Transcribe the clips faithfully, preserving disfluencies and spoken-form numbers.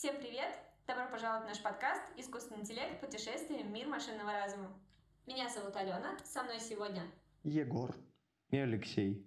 Всем привет! Добро пожаловать в наш подкаст «Искусственный интеллект. Путешествие в мир машинного разума». Меня зовут Алена, со мной сегодня Егор и Алексей.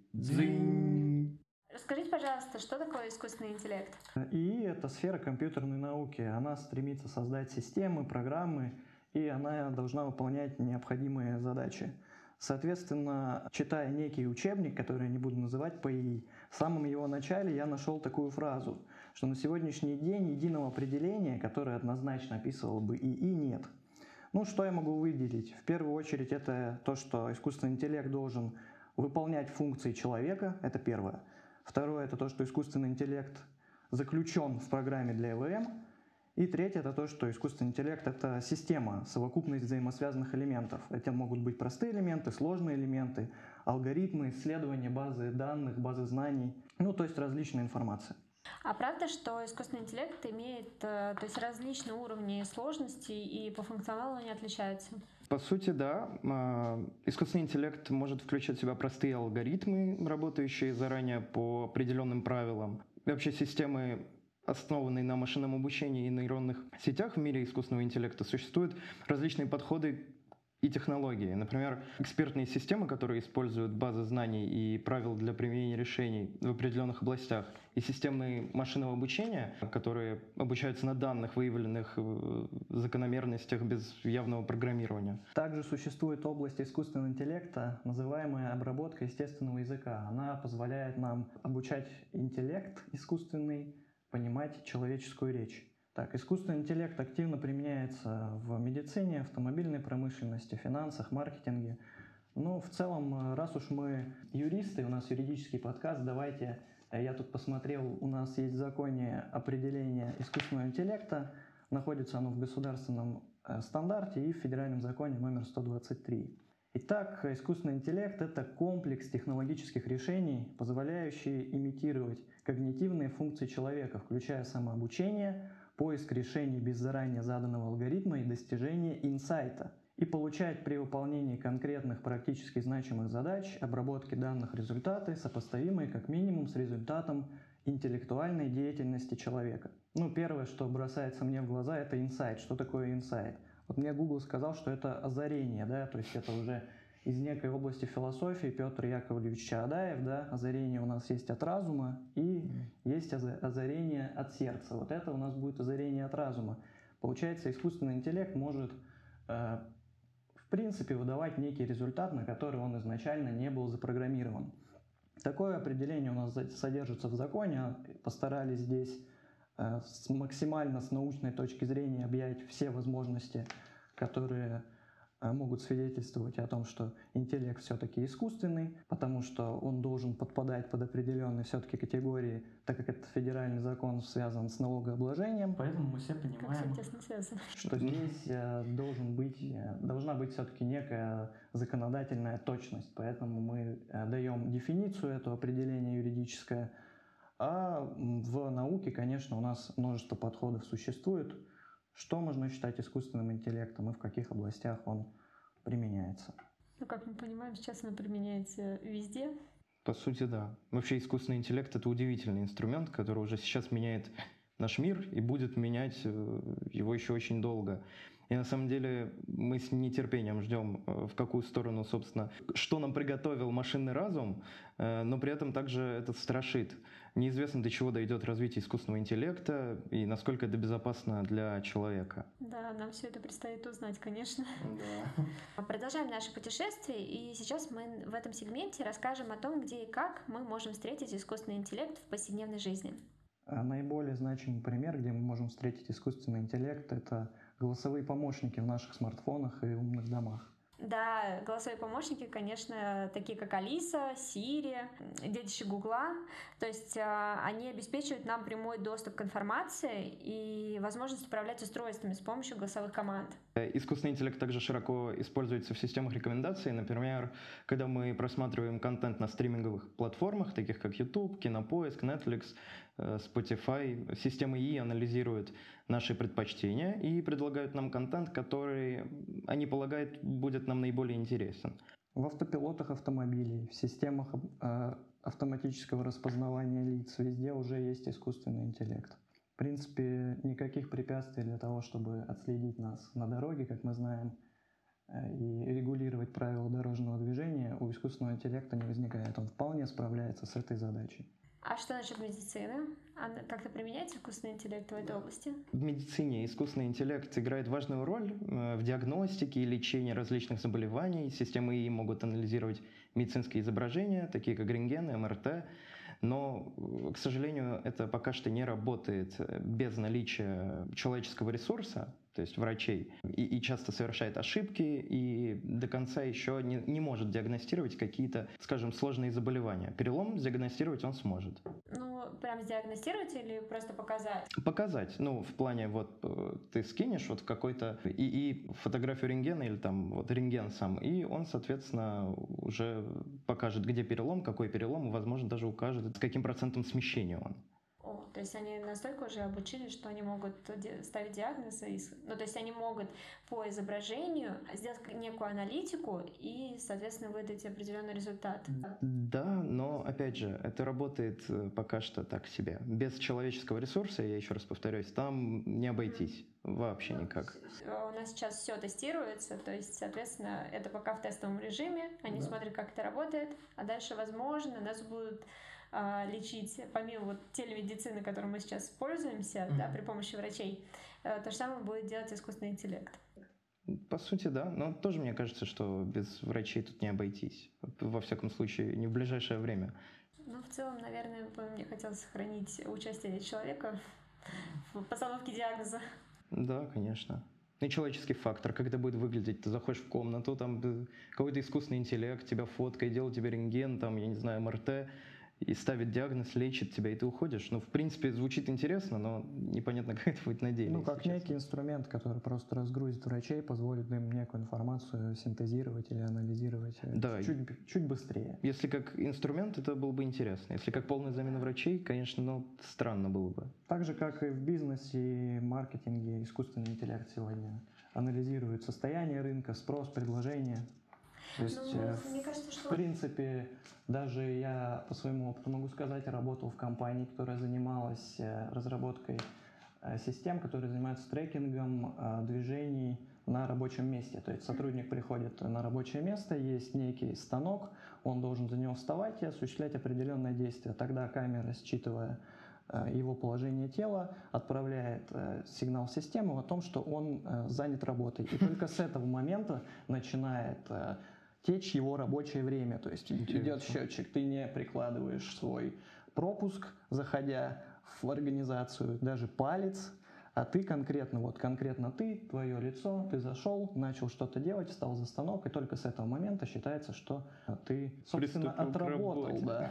Дзинь. Расскажите, пожалуйста, что такое искусственный интеллект? И это сфера компьютерной науки. Она стремится создать системы, программы, и она должна выполнять необходимые задачи. Соответственно, читая некий учебник, который я не буду называть по ИИ, в самом его начале я нашел такую фразу, что на сегодняшний день единого определения, которое однозначно описывало бы ИИ, нет. Ну, что я могу выделить? В первую очередь это то, что искусственный интеллект должен выполнять функции человека, это первое. Второе — это то, что искусственный интеллект заключен в программе для ЭВМ. И третье — это то, что искусственный интеллект — это система, совокупность взаимосвязанных элементов. Это могут быть простые элементы, сложные элементы, алгоритмы, исследования, базы данных, базы знаний, ну, то есть различная информация. А правда, что искусственный интеллект имеет то есть различные уровни сложности и по функционалу они отличаются? По сути, да. Искусственный интеллект может включать в себя простые алгоритмы, работающие заранее по определенным правилам. И вообще системы, основанные на машинном обучении и нейронных сетях в мире искусственного интеллекта, существуют различные подходы и технологии. Например, экспертные системы, которые используют базы знаний и правил для применения решений в определенных областях, и системы машинного обучения, которые обучаются на данных, выявленных закономерностях без явного программирования. Также существует область искусственного интеллекта, называемая обработка естественного языка. Она позволяет нам обучать интеллект искусственный понимать человеческую речь. Так, искусственный интеллект активно применяется в медицине, автомобильной промышленности, финансах, маркетинге. Но в целом, раз уж мы юристы, у нас юридический подкаст, давайте, я тут посмотрел, у нас есть в законе определение искусственного интеллекта, находится оно в государственном стандарте и в федеральном законе номер сто двадцать три. Итак, искусственный интеллект — это комплекс технологических решений, позволяющий имитировать когнитивные функции человека, включая самообучение, поиск решений без заранее заданного алгоритма и достижение инсайта, и получать при выполнении конкретных практически значимых задач обработки данных результаты, сопоставимые как минимум с результатом интеллектуальной деятельности человека. Ну, первое, что бросается мне в глаза, это инсайт. Что такое инсайт? Вот мне Google сказал, что это озарение, да, то есть это уже из некой области философии Петр Яковлевич Чаадаев, да, озарение у нас есть от разума и есть озарение от сердца. Вот это у нас будет озарение от разума. Получается, искусственный интеллект может, э, в принципе, выдавать некий результат, на который он изначально не был запрограммирован. Такое определение у нас содержится в законе. Постарались здесь э, с, максимально с научной точки зрения объять все возможности, которые могут свидетельствовать о том, что интеллект все-таки искусственный, потому что он должен подпадать под определенные все-таки категории, так как этот федеральный закон связан с налогообложением. Поэтому мы все понимаем, что здесь должен быть, должна быть все-таки некая законодательная точность. Поэтому мы даем дефиницию этого определения юридическое. А в науке, конечно, у нас множество подходов существует. Что можно считать искусственным интеллектом и в каких областях он применяется? Ну, как мы понимаем, сейчас он применяется везде. По сути, да. Вообще искусственный интеллект — это удивительный инструмент, который уже сейчас меняет наш мир и будет менять его еще очень долго. И на самом деле мы с нетерпением ждем, в какую сторону, собственно, что нам приготовил машинный разум, но при этом также это страшит. Неизвестно, до чего дойдет развитие искусственного интеллекта и насколько это безопасно для человека. Да, нам все это предстоит узнать, конечно. Да. Продолжаем наше путешествие, и сейчас мы в этом сегменте расскажем о том, где и как мы можем встретить искусственный интеллект в повседневной жизни. Наиболее значимый пример, где мы можем встретить искусственный интеллект, это голосовые помощники в наших смартфонах и умных домах. Да, голосовые помощники, конечно, такие как Алиса, Сири, детище Гугла. То есть они обеспечивают нам прямой доступ к информации и возможность управлять устройствами с помощью голосовых команд. Искусственный интеллект также широко используется в системах рекомендаций. Например, когда мы просматриваем контент на стриминговых платформах, таких как YouTube, Кинопоиск, Netflix, Spotify, системы ИИ анализируют наши предпочтения и предлагают нам контент, который, они полагают, будет нам наиболее интересен. В автопилотах автомобилей, в системах э, автоматического распознавания лиц везде уже есть искусственный интеллект. В принципе, никаких препятствий для того, чтобы отследить нас на дороге, как мы знаем, и регулировать правила дорожного движения, у искусственного интеллекта не возникает. Он вполне справляется с этой задачей. А что насчет медицины? Она как-то применяется искусственный интеллект в этой области? В медицине искусственный интеллект играет важную роль в диагностике и лечении различных заболеваний. Системы ИИ могут анализировать медицинские изображения, такие как рентген, эм эр тэ. Но, к сожалению, это пока что не работает без наличия человеческого ресурса, то есть врачей, и, и часто совершает ошибки, и до конца еще не, не может диагностировать какие-то, скажем, сложные заболевания. Перелом диагностировать он сможет. Ну, прям диагностировать или просто показать? Показать. Ну, в плане, вот, ты скинешь вот какой-то ИИ фотографию рентгена или там вот рентген сам, и он, соответственно, уже покажет, где перелом, какой перелом, и, возможно, даже укажет, с каким процентом смещения он. О, то есть они настолько уже обучились, что они могут ставить диагнозы, ну, то есть они могут по изображению сделать некую аналитику и, соответственно, выдать определенный результат. Да, но, опять же, это работает пока что так себе. Без человеческого ресурса, я еще раз повторюсь, там не обойтись вообще никак. У нас сейчас все тестируется, то есть, соответственно, это пока в тестовом режиме, они да. смотрят, как это работает, а дальше, возможно, нас будут лечить, помимо вот телемедицины, которой мы сейчас пользуемся, mm-hmm. да, при помощи врачей, то же самое будет делать искусственный интеллект. По сути, да, но тоже мне кажется, что без врачей тут не обойтись. Во всяком случае, не в ближайшее время. Ну, в целом, наверное, мне хотелось сохранить участие человека в постановке диагноза. Да, конечно. И человеческий фактор, как это будет выглядеть. Ты заходишь в комнату, там какой-то искусственный интеллект тебя фоткает, делает тебе рентген, там, я не знаю, эм эр тэ, и ставит диагноз, лечит тебя, и ты уходишь. Ну, в принципе, звучит интересно, но непонятно, как это будет на деле. Ну, как некий инструмент, который просто разгрузит врачей, позволит им некую информацию синтезировать или анализировать да. чуть, чуть быстрее. Если как инструмент, это было бы интересно. Если как полная замена врачей, конечно, ну, странно было бы. Так же, как и в бизнесе и маркетинге, искусственный интеллект сегодня анализирует состояние рынка, спрос, предложение. То есть, ну, мне кажется, что... в принципе, даже я по своему опыту могу сказать, я работал в компании, которая занималась разработкой систем, которые занимаются трекингом движений на рабочем месте. То есть сотрудник приходит на рабочее место, есть некий станок, он должен за него вставать и осуществлять определенное действие. Тогда камера, считывая его положение тела, отправляет сигнал в систему о том, что он занят работой. И только с этого момента начинает течь его рабочее время. То есть интересно. Идет счетчик, ты не прикладываешь свой пропуск, заходя в организацию, даже палец, а ты конкретно, вот конкретно ты, твое лицо, ты зашел, начал что-то делать, встал за станок, и только с этого момента считается, что ты, собственно, приступил отработал. Да.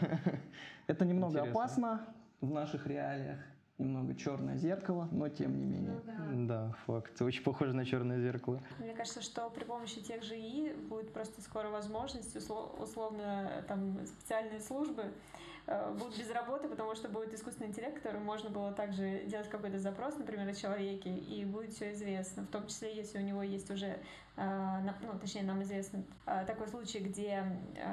Это немного интересно. Опасно в наших реалиях. Немного черное зеркало, но тем не менее. Ну, да. да, факт. Очень похоже на черное зеркало. Мне кажется, что при помощи тех же ИИ будет просто скоро возможность, условно, там, специальные службы э, будут без работы, потому что будет искусственный интеллект, который можно было также делать какой-то запрос, например, о человеке, и будет все известно. В том числе, если у него есть уже, э, ну, точнее, нам известно э, такой случай, где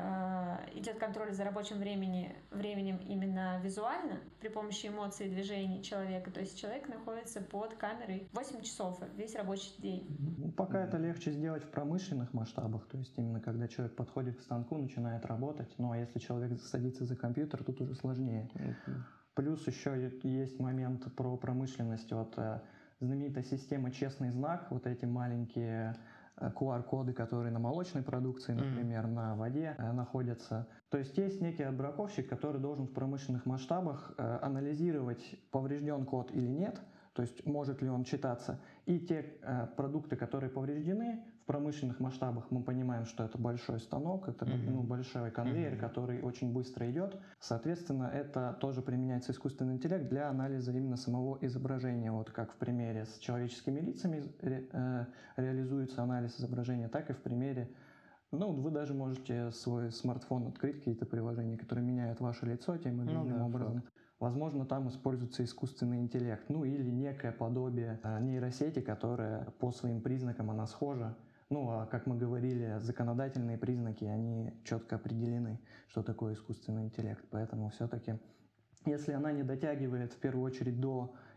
э, идет контроль за рабочим времени, временем именно визуально, при помощи эмоций и движений человека. То есть человек находится под камерой восемь часов, весь рабочий день. Ну, пока это легче сделать в промышленных масштабах, то есть именно когда человек подходит к станку, начинает работать. Ну а если человек садится за компьютер, тут уже сложнее. Mm-hmm. Плюс еще есть момент про промышленность. Вот знаменитая система «Честный знак», вот эти маленькие ку ар-коды, которые на молочной продукции, например, mm-hmm. на воде э, находятся. То есть есть некий отбраковщик, который должен в промышленных масштабах э, анализировать, поврежден код или нет, то есть может ли он читаться. И те э, продукты, которые повреждены, в промышленных масштабах мы понимаем, что это большой станок, это mm-hmm. ну, большой конвейер, mm-hmm. который очень быстро идет. Соответственно, это тоже применяется искусственный интеллект для анализа именно самого изображения. Вот как в примере с человеческими лицами ре, э, реализуется анализ изображения, так и в примере, ну, вы даже можете свой смартфон открыть, какие-то приложения, которые меняют ваше лицо тем или иным ну, да, образом. Факт. Возможно, там используется искусственный интеллект, ну или некое подобие э, нейросети, которая по своим признакам она схожа. Ну, а как мы говорили, законодательные признаки, они четко определены, что такое искусственный интеллект. Поэтому все-таки, если она не дотягивает в первую очередь до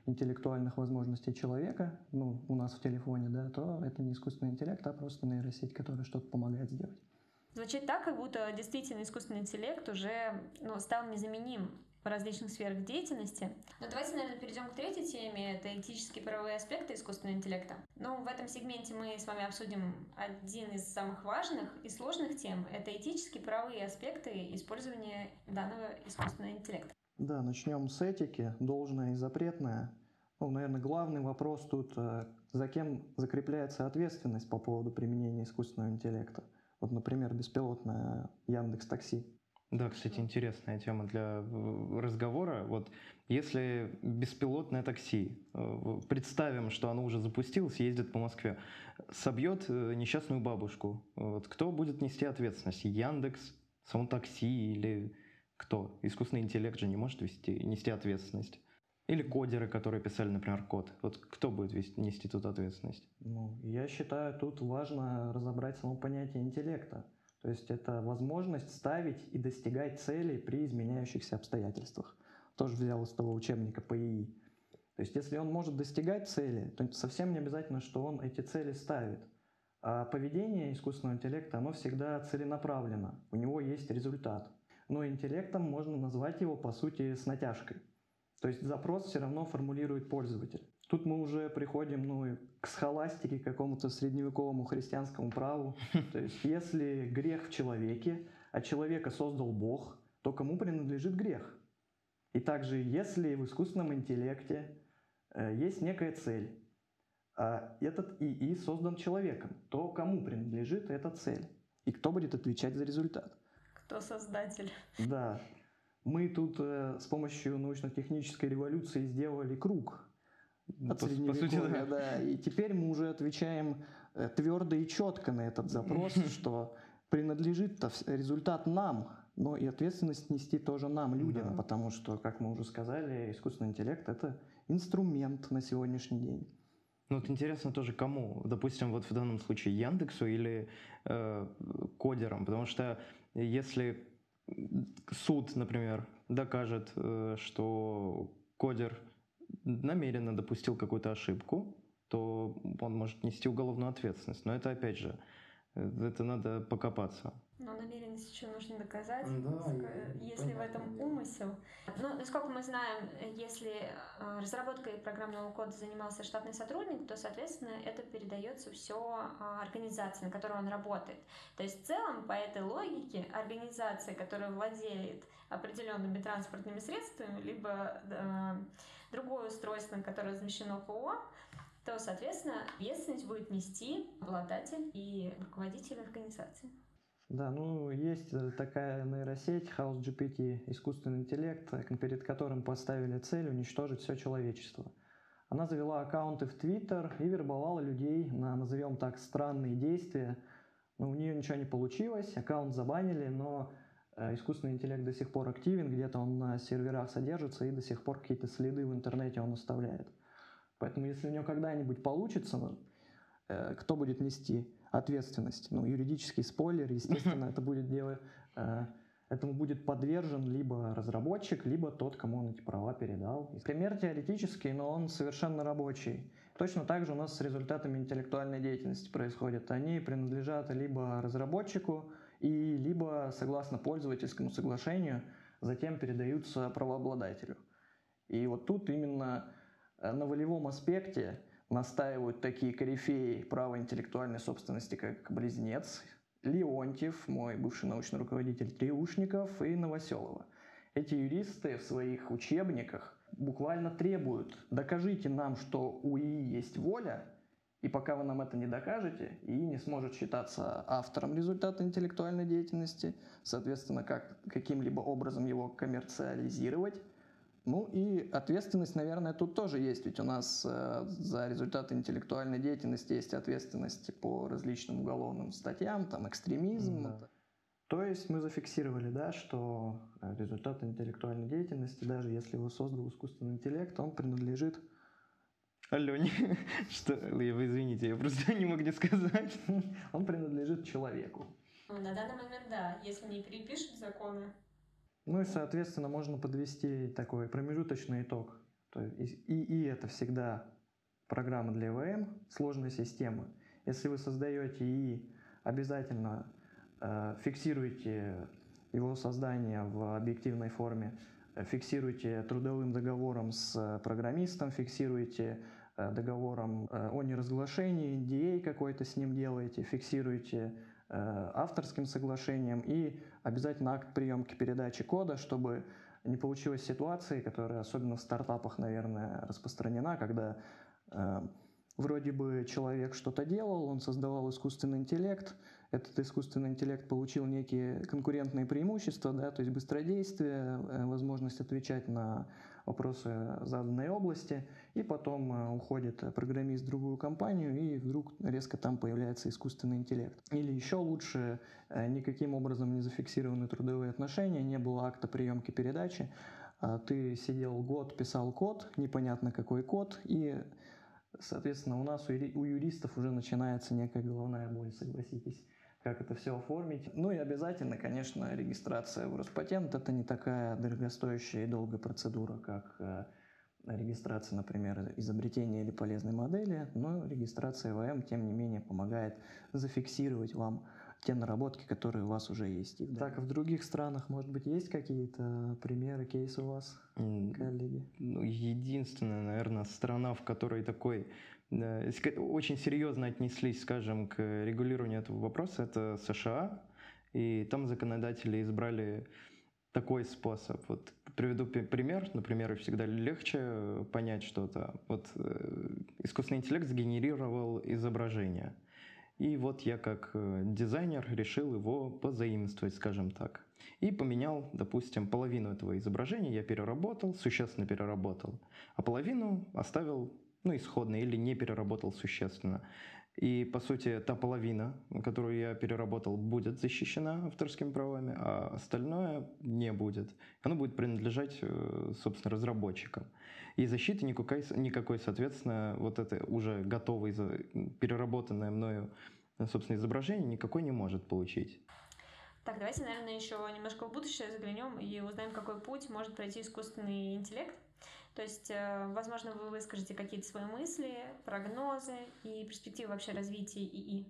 интеллектуальных возможностей человека, ну, у нас в телефоне, да, то это не искусственный интеллект, а просто нейросеть, которая что-то помогает сделать. Звучит так, как будто действительно искусственный интеллект уже ну, стал незаменим в различных сферах деятельности. Но давайте, наверное, перейдем к третьей теме. Это этические и правовые аспекты искусственного интеллекта. Ну, в этом сегменте мы с вами обсудим один из самых важных и сложных тем. Это этические и правовые аспекты использования данного искусственного интеллекта. Да, начнем с этики, должное и запретное. Ну, наверное, главный вопрос тут, за кем закрепляется ответственность по поводу применения искусственного интеллекта. Вот, например, беспилотное Яндекс.Такси. Да, кстати, интересная тема для разговора. Вот если беспилотное такси, представим, что оно уже запустилось, ездит по Москве, собьет несчастную бабушку, вот, кто будет нести ответственность? Яндекс, само такси или кто? Искусственный интеллект же не может вести, нести ответственность. Или кодеры, которые писали, например, код. Вот кто будет вести, нести тут ответственность? Ну, я считаю, тут важно разобрать само понятие интеллекта. То есть это возможность ставить и достигать целей при изменяющихся обстоятельствах. Тоже взял из того учебника по ИИ. То есть если он может достигать цели, то совсем не обязательно, что он эти цели ставит. А поведение искусственного интеллекта, оно всегда целенаправленно. У него есть результат. Но интеллектом можно назвать его, по сути, с натяжкой. То есть запрос все равно формулирует пользователь. Тут мы уже приходим ну, к схоластике, к какому-то средневековому христианскому праву. То есть если грех в человеке, а человека создал Бог, то кому принадлежит грех? И также если в искусственном интеллекте э, есть некая цель, а этот ИИ создан человеком, то кому принадлежит эта цель? И кто будет отвечать за результат? Кто создатель? Да. Мы тут э, с помощью научно-технической революции сделали круг от по, средневековья, по сути, да. да. И теперь мы уже отвечаем э, твердо и четко на этот запрос, что принадлежит результат нам, но и ответственность нести тоже нам, людям, да. Потому что, как мы уже сказали, искусственный интеллект — это инструмент на сегодняшний день. Ну вот интересно тоже кому, допустим, вот в данном случае Яндексу или э, кодерам, потому что если суд, например, докажет, что кодер намеренно допустил какую-то ошибку, то он может нести уголовную ответственность. Но это, опять же, это надо покопаться. Но намеренность еще нужно доказать, да, если в этом умысел. Ну, насколько мы знаем, если разработкой программного кода занимался штатный сотрудник, то, соответственно, это передается все организации, на которой он работает. То есть в целом, по этой логике, организация, которая владеет определенными транспортными средствами, либо э, другое устройство, которое размещено в ООО, то, соответственно, ответственность будет нести обладатель и руководитель организации. Да, ну есть такая нейросеть HouseGPT, искусственный интеллект, перед которым поставили цель уничтожить все человечество. Она завела аккаунты в Twitter и вербовала людей на, назовем так, странные действия. Но у нее ничего не получилось, аккаунт забанили, но искусственный интеллект до сих пор активен, где-то он на серверах содержится и до сих пор какие-то следы в интернете он оставляет. Поэтому если у нее когда-нибудь получится, ну, э, кто будет нести ответственность? Ну, юридический спойлер, естественно, это будет дело, э, этому будет подвержен либо разработчик, либо тот, кому он эти права передал. Пример теоретический, но он совершенно рабочий. Точно так же у нас с результатами интеллектуальной деятельности происходит. Они принадлежат либо разработчику, и либо, согласно пользовательскому соглашению, затем передаются правообладателю. И вот тут именно на волевом аспекте настаивают такие корифеи права интеллектуальной собственности, как Близнец, Леонтьев, мой бывший научный руководитель, Триушников и Новоселова. Эти юристы в своих учебниках буквально требуют: докажите нам, что у ИИ есть воля, и пока вы нам это не докажете, ИИ не сможет считаться автором результата интеллектуальной деятельности, соответственно, как, каким-либо образом его коммерциализировать. Ну и ответственность, наверное, тут тоже есть, ведь у нас э, за результаты интеллектуальной деятельности есть ответственность по различным уголовным статьям, там экстремизм. Mm-hmm. То есть мы зафиксировали, да, что результат интеллектуальной деятельности, даже если его создал искусственный интеллект, он принадлежит... Алене, что? Вы извините, я просто не мог не сказать. Он принадлежит человеку. Ну, на данный момент, да, если не перепишут законы. Ну и, соответственно, можно подвести такой промежуточный итог. То есть ИИ — это всегда программа для ИВМ, сложная система. Если вы создаете ИИ, обязательно э, фиксируйте его создание в объективной форме, фиксируйте трудовым договором с программистом, фиксируйте э, договором э, о неразглашении, эн ди эй какой-то с ним делаете, фиксируйте э, авторским соглашением и обязательно акт приемки передачи кода, чтобы не получилось ситуации, которая особенно в стартапах, наверное, распространена, когда э, вроде бы человек что-то делал, он создавал искусственный интеллект, этот искусственный интеллект получил некие конкурентные преимущества, да, то есть быстродействие, возможность отвечать на вопросы заданной области, и потом уходит программист в другую компанию, и вдруг резко там появляется искусственный интеллект. Или еще лучше, никаким образом не зафиксированы трудовые отношения, не было акта приемки передачи, ты сидел год, писал код, непонятно какой код, и соответственно, у нас, у юристов, уже начинается некая головная боль, согласитесь, как это все оформить. Ну и обязательно, конечно, регистрация в Роспатент. Это не такая дорогостоящая и долгая процедура, как регистрация, например, изобретения или полезной модели, но регистрация ИВМ, тем не менее, помогает зафиксировать вам те наработки, которые у вас уже есть. Так, в других странах, может быть, есть какие-то примеры, кейсы у вас, коллеги? Ну, единственная, наверное, страна, в которой такой э, очень серьезно отнеслись, скажем, к регулированию этого вопроса, это США. И там законодатели избрали такой способ. Вот приведу пример. Например, всегда легче понять что-то. Вот э, искусственный интеллект сгенерировал изображение. И вот я как дизайнер решил его позаимствовать, скажем так. И поменял, допустим, половину этого изображения я переработал, существенно переработал, а половину оставил, ну, исходно, или не переработал существенно. И, по сути, та половина, которую я переработал, будет защищена авторскими правами, а остальное не будет. Оно будет принадлежать, собственно, разработчикам. И защиты никакой, никакой, соответственно, вот это уже готовое, переработанное мною, собственно, изображение никакой не может получить. Так, давайте, наверное, еще немножко в будущее заглянем и узнаем, какой путь может пройти искусственный интеллект. То есть, возможно, вы выскажете какие-то свои мысли, прогнозы и перспективы вообще развития ИИ.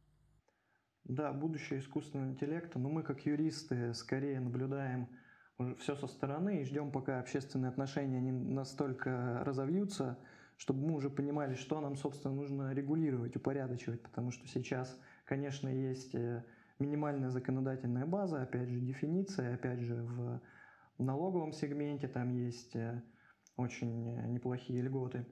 Да, будущее искусственного интеллекта, но мы, как юристы, скорее наблюдаем все со стороны и ждем, пока общественные отношения не настолько разовьются, чтобы мы уже понимали, что нам, собственно, нужно регулировать, упорядочивать, потому что сейчас, конечно, есть минимальная законодательная база, опять же, дефиниция, опять же, в налоговом сегменте там есть очень неплохие льготы.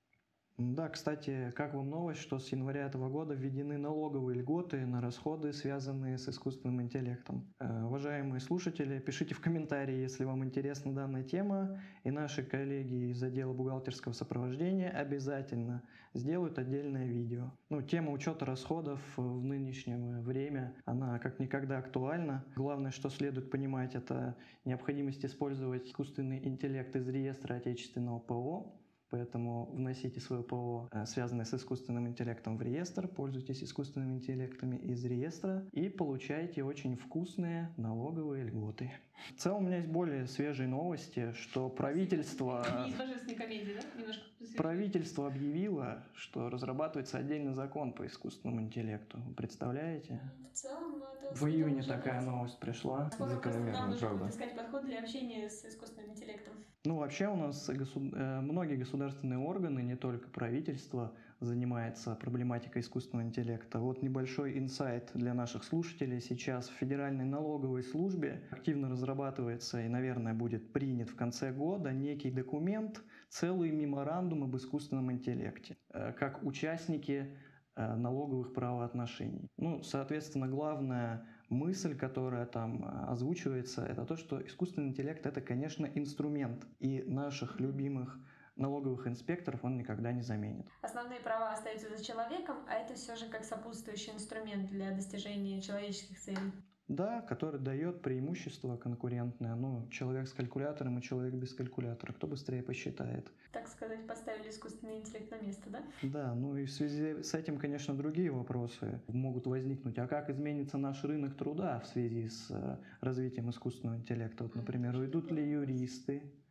Да, кстати, как вам новость, что с января этого года введены налоговые льготы на расходы, связанные с искусственным интеллектом. Э, уважаемые слушатели, пишите в комментарии, если вам интересна данная тема, и наши коллеги из отдела бухгалтерского сопровождения обязательно сделают отдельное видео. Ну, тема учета расходов в нынешнее время, она как никогда актуальна. Главное, что следует понимать, это необходимость использовать искусственный интеллект из реестра отечественного ПО. Поэтому вносите свое ПО, связанное с искусственным интеллектом, в реестр, пользуйтесь искусственными интеллектами из реестра и получайте очень вкусные налоговые льготы. В целом у меня есть более свежие новости, что правительство... Не из божественной комедии, да? Немножко правительство объявило, что разрабатывается отдельный закон по искусственному интеллекту. Представляете? В целом, это... В июне такая новость пришла. Скоро просто нам нужно будет искать подход для общения с искусственным интеллектом. Ну, вообще у нас госуд... многие государственные органы, не только правительство, занимается проблематикой искусственного интеллекта. Вот небольшой инсайт для наших слушателей. Сейчас в Федеральной налоговой службе активно разрабатывается и, наверное, будет принят в конце года некий документ, целый меморандум об искусственном интеллекте, как участники налоговых правоотношений. Ну, соответственно, главная мысль, которая там озвучивается, это то, что искусственный интеллект — это, конечно, инструмент, и наших любимых налоговых инспекторов он никогда не заменит. Основные права остаются за человеком, а это все же как сопутствующий инструмент для достижения человеческих целей. Да, который дает преимущество конкурентное. Ну, человек с калькулятором и человек без калькулятора. Кто быстрее посчитает? Так сказать, поставили искусственный интеллект на место, да? Да, ну и в связи с этим, конечно, другие вопросы могут возникнуть. А как изменится наш рынок труда в связи с развитием искусственного интеллекта? Вот, например, уйдут ли юристы?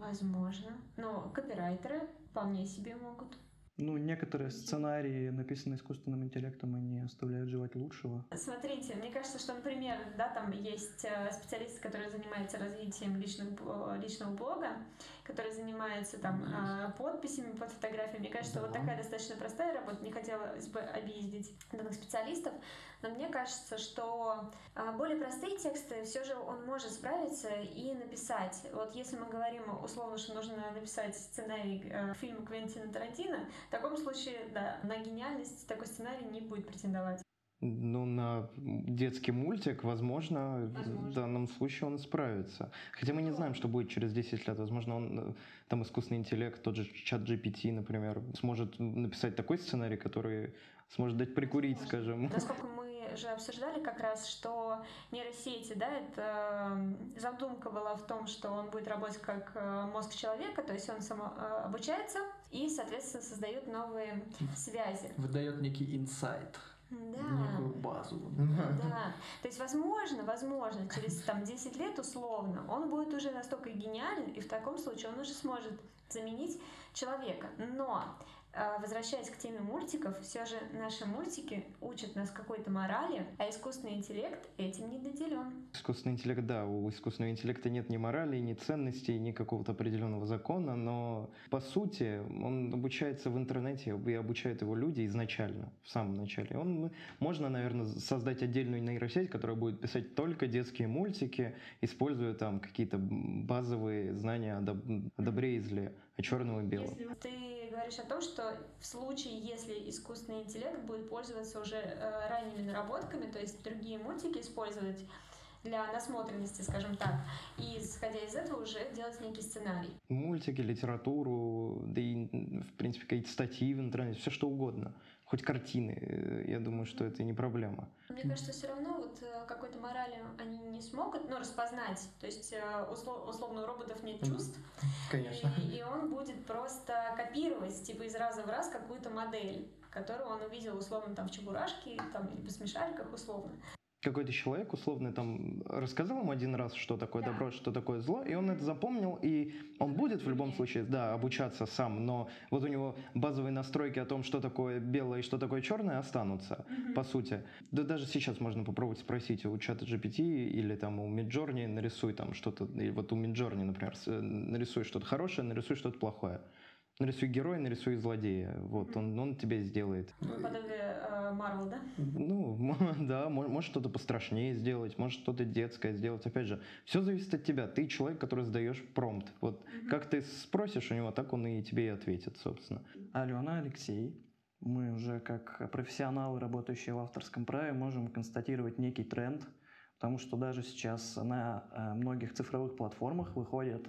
Возможно. Но копирайтеры вполне себе могут. Ну, некоторые сценарии, написанные искусственным интеллектом, они оставляют желать лучшего. Смотрите, мне кажется, что, например, да, там есть э, специалисты, которые занимаются развитием личных, э, личного блога, которые занимаются там э, подписями под фотографиями. Мне кажется, да. Вот такая достаточно простая работа. Не хотелось бы объездить данных специалистов, но мне кажется, что э, более простые тексты все же он может справиться и написать. Вот если мы говорим условно, что нужно написать сценарий э, фильма Квентина Тарантино, в таком случае, да, на гениальность такой сценарий не будет претендовать. Ну, на детский мультик, возможно, возможно, в данном случае он справится. Хотя мы не знаем, что будет через десять лет. Возможно, он, там искусственный интеллект, тот же чат джи пи ти, например, сможет написать такой сценарий, который сможет дать прикурить, возможно. Скажем. Насколько мы же обсуждали как раз, что нейросети, да, это задумка была в том, что он будет работать как мозг человека, то есть он самообучается и, соответственно, создает новые связи. Выдает некий инсайт. Да. Некую базу. Да. То есть, возможно, возможно, через там, десять лет условно он будет уже настолько гениален, и в таком случае он уже сможет заменить человека. Но возвращаясь к теме мультиков, все же наши мультики учат нас какой-то морали, а искусственный интеллект этим не наделен. Искусственный интеллект, да, у искусственного интеллекта нет ни морали, ни ценностей, ни какого-то определенного закона, но по сути он обучается в интернете, и обучают его люди изначально, в самом начале. Он, можно, наверное, создать отдельную нейросеть, которая будет писать только детские мультики, используя там какие-то базовые знания о, доб- о добре и зле, о черном и белом. Если ты говоришь о том, что в случае, если искусственный интеллект будет пользоваться уже э, ранними наработками, то есть другие мультики использовать для насмотренности, скажем так, и, исходя из этого, уже делать некий сценарий. Мультики, литературу, да и, в принципе, какие-то статьи в интернете, все что угодно. Хоть картины, я думаю, что это не проблема. Мне кажется, все равно вот какой-то морали они не смогут, ну, распознать. То есть, услов, условно, у роботов нет чувств. Конечно. И, и он будет просто копировать, типа, из раза в раз какую-то модель, которую он увидел, условно, там, в Чебурашке, там, или в Смешариках, условно. Какой-то человек, условно, там, рассказал ему один раз, что такое да. добро, что такое зло, и он это запомнил, и он будет в любом случае, да, обучаться сам, но вот у него базовые настройки о том, что такое белое и что такое черное, останутся, mm-hmm. по сути. Да даже сейчас можно попробовать спросить у чата джи пи ти или там у Midjourney, нарисуй там что-то, или вот у Midjourney, например, нарисуй что-то хорошее, нарисуй что-то плохое. Нарисуй героя, нарисуй злодея. Вот, он, он тебе сделает. Подобие Марвел, да? Ну, да, может что-то пострашнее сделать, может что-то детское сделать. Опять же, все зависит от тебя. Ты человек, который задаешь промпт. Вот mm-hmm. как ты спросишь у него, так он и тебе и ответит, собственно. Алена, Алексей, мы уже как профессионалы, работающие в авторском праве, можем констатировать некий тренд, потому что даже сейчас на многих цифровых платформах выходят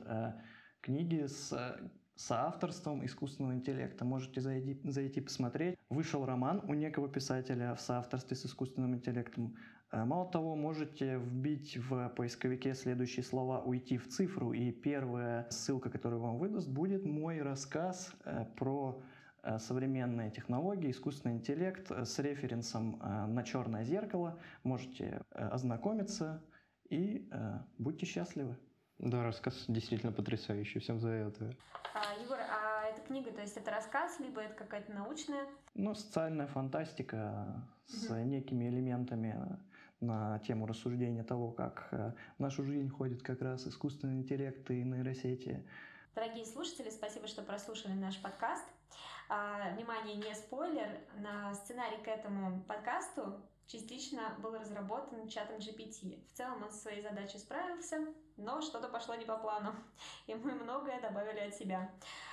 книги с соавторством искусственного интеллекта. Можете зайти, зайти посмотреть. Вышел роман у некого писателя в соавторстве с искусственным интеллектом. Мало того, можете вбить в поисковике следующие слова «уйти в цифру», и первая ссылка, которую вам выдаст, будет мой рассказ про современные технологии, искусственный интеллект с референсом на «Черное зеркало». Можете ознакомиться и будьте счастливы. Да, рассказ действительно потрясающий, всем советую. А, Егор, а эта книга, то есть это рассказ, либо это какая-то научная? Ну, социальная фантастика с mm-hmm. некими элементами на тему рассуждения того, как в нашу жизнь ходит как раз искусственный интеллект и нейросети. Дорогие слушатели, спасибо, что прослушали наш подкаст. А, внимание, не спойлер, на сценарий к этому подкасту частично был разработан чатом джи пи ти. В целом он со своей задачей справился, но что-то пошло не по плану, и мы многое добавили от себя.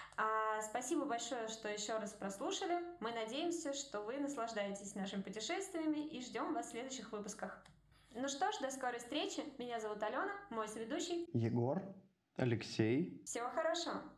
А, спасибо большое, что еще раз прослушали. Мы надеемся, что вы наслаждаетесь нашими путешествиями и ждем вас в следующих выпусках. Ну что ж, до скорой встречи. Меня зовут Алена, мой соведущий Егор, Алексей. Всего хорошего.